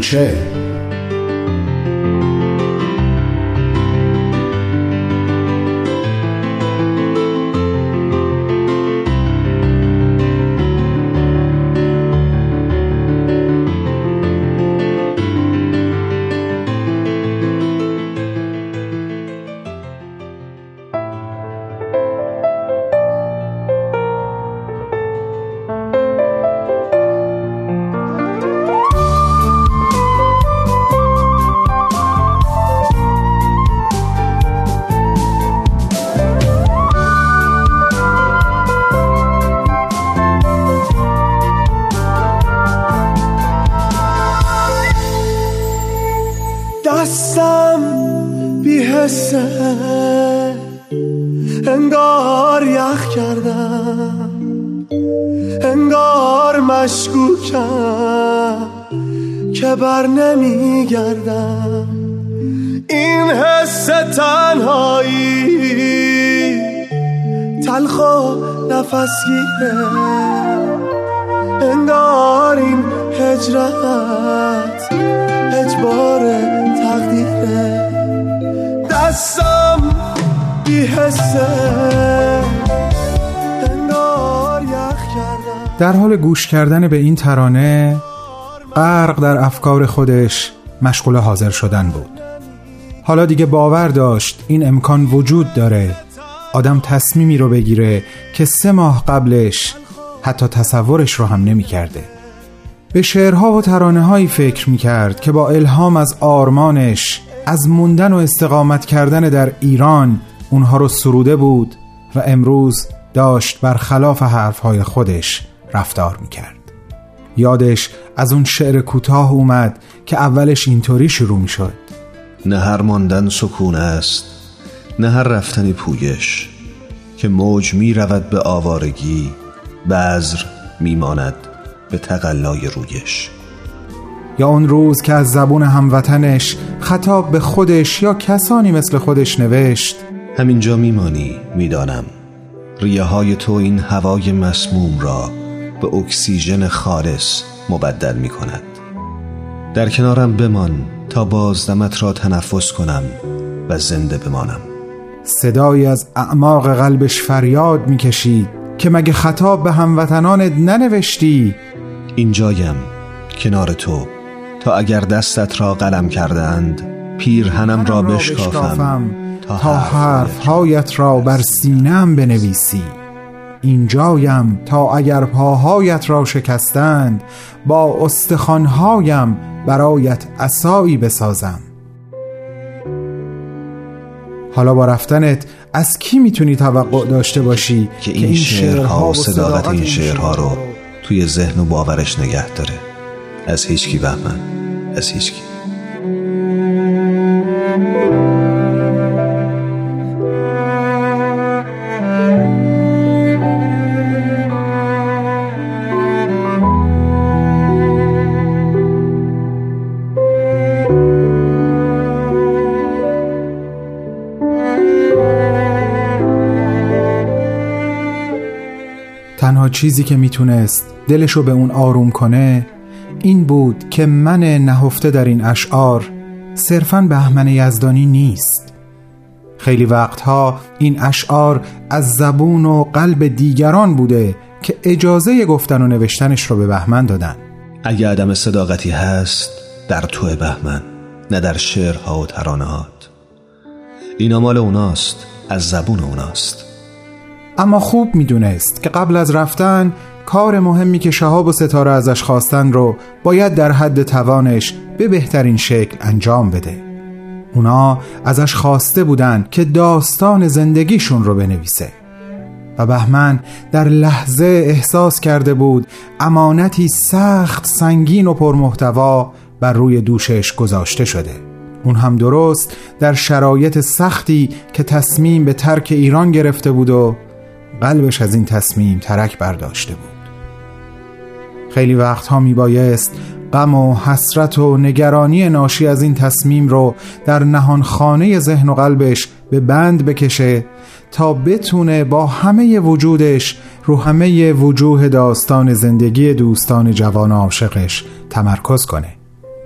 گوشه. دستم بی حسه، انگار یخ کردم، انگار مشکوکم که بر نمیگردم. این حس تنهایی تلخ و نفسگیره، انگار این هجرت اجبار تقدیره. دستم بی حسه، انگار یخ کردم. در حال گوش کردن به این ترانه غرق در افکار خودش مشغول حاضر شدن بود. حالا دیگه باور داشت این امکان وجود داره آدم تصمیمی رو بگیره که 3 ماه قبلش حتی تصورش رو هم نمی کرده. به شعرها و ترانه‌هایی فکر می‌کرد که با الهام از آرمانش از موندن و استقامت کردن در ایران اونها رو سروده بود و امروز داشت برخلاف حرفهای خودش رفتار می‌کرد. یادش از اون شعر کوتاه اومد که اولش اینطوری شروع می‌شد: نه هر ماندن سکون است، نه هر رفتن پویش، که موج می‌رود به آوارگی، بذر می‌ماند به تقلای رویش. یا اون روز که از زبون هموطنش خطاب به خودش یا کسانی مثل خودش نوشت: همینجا میمانی، میدانم ریه های تو این هوای مسموم را به اکسیژن خالص مبدل می کند. در کنارم بمان تا بازدمت را تنفس کنم و زنده بمانم. صدایی از اعماق قلبش فریاد می کشید که مگه خطاب به هموطنانت ننوشتی؟ اینجایم کنار تو تا اگر دستت را قلم کردند پیرهنم را بشکافم تا حرفهایت را بر سینه‌ام بنویسی. اینجایم تا اگر پاهایت را شکستند با استخوانهایم برایت عصایی بسازم. حالا با رفتنت از کی میتونی توقع داشته باشی که این شعرها و صداقت این شعرها رو توی ذهن و باورش نگه داره؟ از هیچکی بهمن، از هیچکی. تنها چیزی که میتونست دلشو به اون آروم کنه این بود که من نهفته در این اشعار صرفاً بهمن یزدانی نیست. خیلی وقتها این اشعار از زبون و قلب دیگران بوده که اجازه گفتن و نوشتنش رو به بهمن دادن. اگه عدم صداقتی هست در توی بهمن، نه در شعرها و ترانه‌هات. اینا مال اوناست، از زبون اوناست. اما خوب میدونست که قبل از رفتن کار مهمی که شهاب و ستاره ازش خواستن رو باید در حد توانش به بهترین شکل انجام بده. اونا ازش خواسته بودن که داستان زندگیشون رو بنویسه و بهمن در لحظه احساس کرده بود امانتی سخت سنگین و پرمحتوا بر روی دوشش گذاشته شده. اون هم درست در شرایط سختی که تصمیم به ترک ایران گرفته بود و قلبش از این تصمیم ترک برداشته بود. خیلی وقتها میبایست غم و حسرت و نگرانی ناشی از این تصمیم رو در نهانخانه ذهن و قلبش به بند بکشه تا بتونه با همه وجودش رو همه وجوه داستان زندگی دوستان جوان عاشقش تمرکز کنه.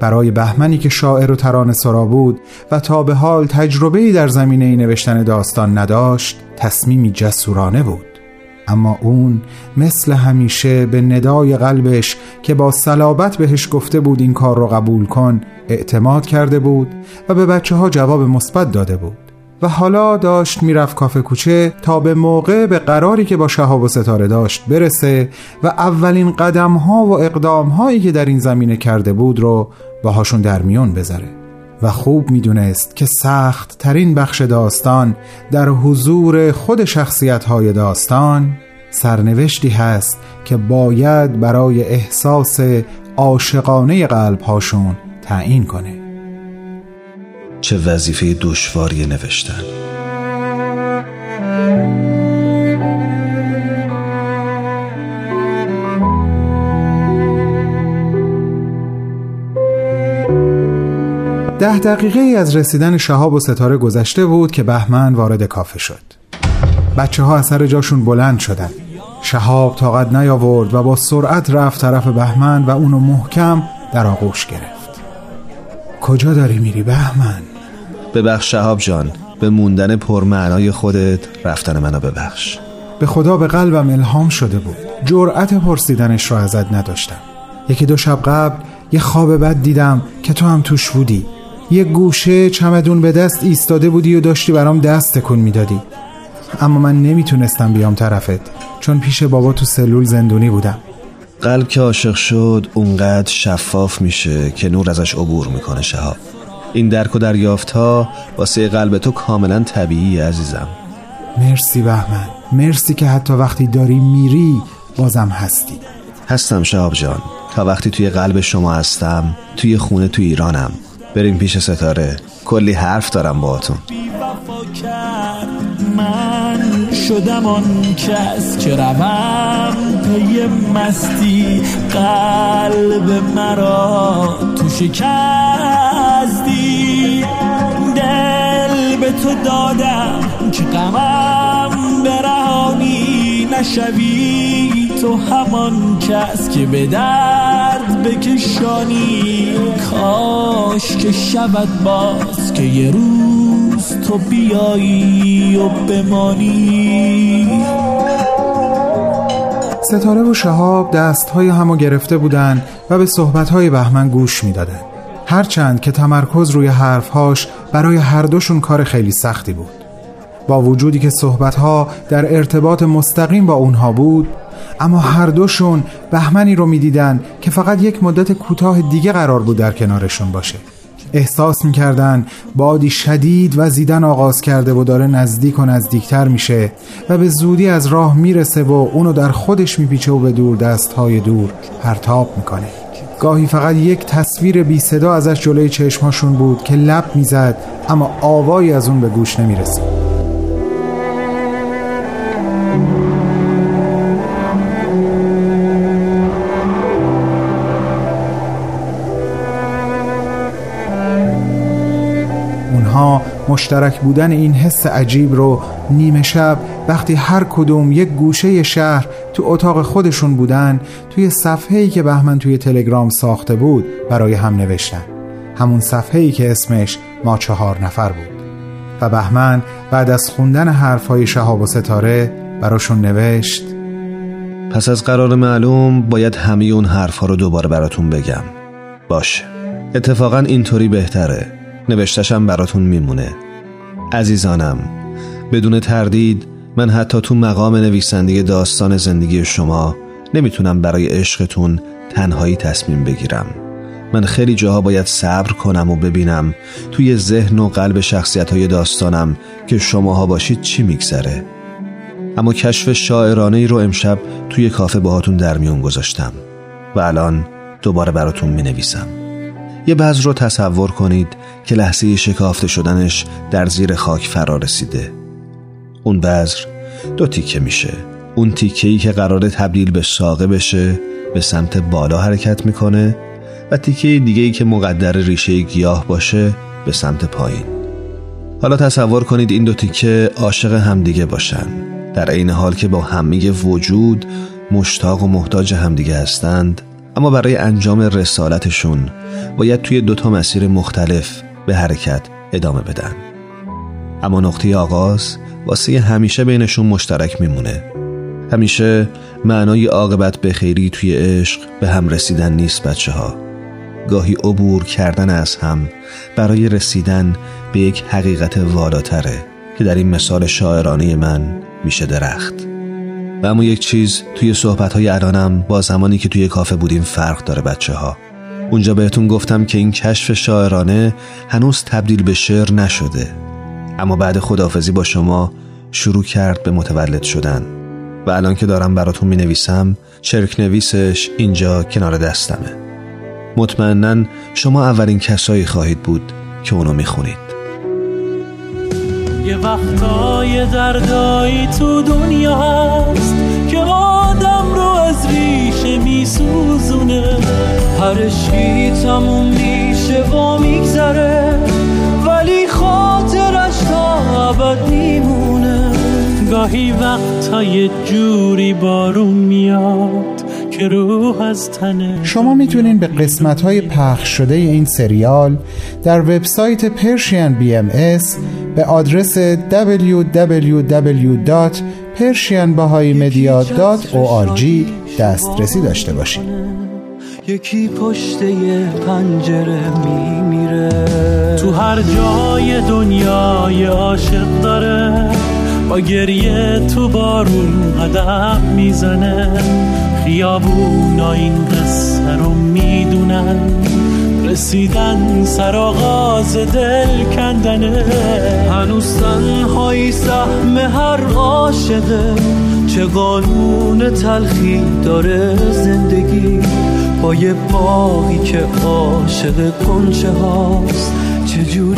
برای بهمنی که شاعر و ترانه سرا بود و تا به حال تجربه‌ای در زمینه نوشتن داستان نداشت، تصمیمی جسورانه بود. اما اون مثل همیشه به ندای قلبش که با صلابت بهش گفته بود این کار رو قبول کن اعتماد کرده بود و به بچه‌ها جواب مثبت داده بود و حالا داشت میرفت کافه کوچه تا به موقع به قراری که با شهاب و ستاره داشت برسه و اولین قدم‌ها و اقدام‌هایی که در این زمینه کرده بود رو باهاشون در میون بذاره و خوب میدونست که سخت ترین بخش داستان در حضور خود شخصیت‌های داستان سرنوشتی هست که باید برای احساس عاشقانه قلب‌هاشون تعیین کنه. چه وظیفه دشواری نوشتن. ده دقیقه از رسیدن شهاب و ستاره گذشته بود که بهمن وارد کافه شد. بچه ها از سر جاشون بلند شدن. شهاب طاقت نیاورد و با سرعت رفت طرف بهمن و اونو محکم در آغوش گرفت. کجا داری میری بهمن؟ ببخش شهاب جان، به موندن پرمعنای خودت رفتن منو ببخش. به خدا به قلبم الهام شده بود. جرأت پرسیدنش رو ازت نداشتم. یکی دو شب قبل یه خواب بد دیدم که تو هم توش بودی. یه گوشه چمدون به دست ایستاده بودی و داشتی برام دست تکون میدادی. اما من نمیتونستم بیام طرفت چون پیش بابا تو سلول زندونی بودم. قلب که عاشق شد اونقدر شفاف میشه که نور ازش عبور میکنه شهاب. این درک و دریافت‌ها واسه قلب تو کاملا طبیعی عزیزم. مرسی بهمن، مرسی که حتی وقتی داری میری بازم هستی. هستم شهاب جان، تا وقتی توی قلب شما هستم، توی خونه توی ایرانم. بریم پیش ستاره، کلی حرف دارم باهاتون. من شدم آن کس که روم پی مستی، قلب مرا تو شکستی. دل به تو دادم که غمم برهانی نشوی، تو همان کس که به درد بکشانی. کاش که شود باز که یه روز تو بیایی و بمانی. ستاره و شهاب دستهای همو گرفته بودن و به صحبتهای بهمن گوش میدادن، هرچند که تمرکز روی حرفهاش برای هر دوشون کار خیلی سختی بود. با وجودی که صحبتها در ارتباط مستقیم با اونها بود، اما هر دوشون بهمنی رو میدیدن که فقط یک مدت کوتاه دیگه قرار بود در کنارشون باشه. احساس میکردن بادی شدید وزیدن آغاز کرده و داره نزدیک و نزدیکتر میشه و به زودی از راه میرسه و اونو در خودش میپیچه و به دور دستهای دور پرتاب میکنه. گاهی فقط یک تصویر بی صدا ازش جلوی چشماشون بود که لب میزد اما آوایی از اون به گوش نمیرسید. مشترک بودن این حس عجیب رو نیمه شب وقتی هر کدوم یک گوشه شهر تو اتاق خودشون بودن، توی صفحه‌ای که بهمن توی تلگرام ساخته بود برای هم نوشتن. همون صفحه‌ای که اسمش ما 4 نفر بود. و بهمن بعد از خوندن حرفهای شهاب و ستاره براشون نوشت: پس از قرار معلوم باید همه اون حرفها رو دوباره براتون بگم. باشه، اتفاقا اینطوری بهتره. نوشتشم براتون میمونه. عزیزانم، بدون تردید من حتی تو مقام نویسنده داستان زندگی شما نمیتونم برای عشقتون تنهایی تصمیم بگیرم. من خیلی جاها باید صبر کنم و ببینم توی ذهن و قلب شخصیت‌های داستانم که شماها باشید چی میگذره. اما کشف شاعرانه‌ای رو امشب توی کافه باهاتون در میون گذاشتم و الان دوباره براتون مینویسم. یه بذر رو تصور کنید که لحظه شکافته شدنش در زیر خاک فرا رسیده. اون بذر 2 تیکه میشه. اون تیکه‌ای که قراره تبدیل به ساقه بشه به سمت بالا حرکت میکنه و تیکه دیگه‌ای که مقدر ریشه گیاه باشه به سمت پایین. حالا تصور کنید این 2 تیکه عاشق همدیگه باشن، در عین حال که با همه وجود مشتاق و محتاج همدیگه هستند، اما برای انجام رسالتشون باید توی 2 مسیر مختلف به حرکت ادامه بدن. اما نقطه آغاز واسه همیشه بینشون مشترک میمونه. همیشه معنای عاقبت به خیری توی عشق به هم رسیدن نیست بچه ها. گاهی عبور کردن از هم برای رسیدن به یک حقیقت والاتره که در این مثال شاعرانه من میشه درخت. و اما یک چیز توی صحبت‌های الانم با زمانی که توی کافه بودیم فرق داره بچه ها. اونجا بهتون گفتم که این کشف شاعرانه هنوز تبدیل به شعر نشده، اما بعد خداحافظی با شما شروع کرد به متولد شدن و الان که دارم براتون می نویسم چرک نویسش اینجا کنار دستمه. مطمئناً شما اولین کسایی خواهید بود که اونو می خونید. یه وقتای دردایی تو دنیا هست که آدم رو از ریشه می سوزونه، هرشی تموم میشه و میگذره ولی خاطرش تا ابد میمونه. گاهی وقتا یه جوری بارون میاد که روح از تنه. شما میتونین به قسمت‌های پخش شده این سریال در وبسایت Persian BMS به آدرس www.persianbahaimedia.org دسترسی داشته باشید. یکی پشت یه پنجره میمیره، تو هر جای دنیای عاشق داره، با گریه تو بارون قدم میزنه. خیابونا این قصه رو میدونن، رسیدن سر آغاز دل کندنه. هنوز تنهایی سهم هر عاشقه، چه قانون تلخی داره زندگی. با یه باغی که عاشق کنچه هاست، چجور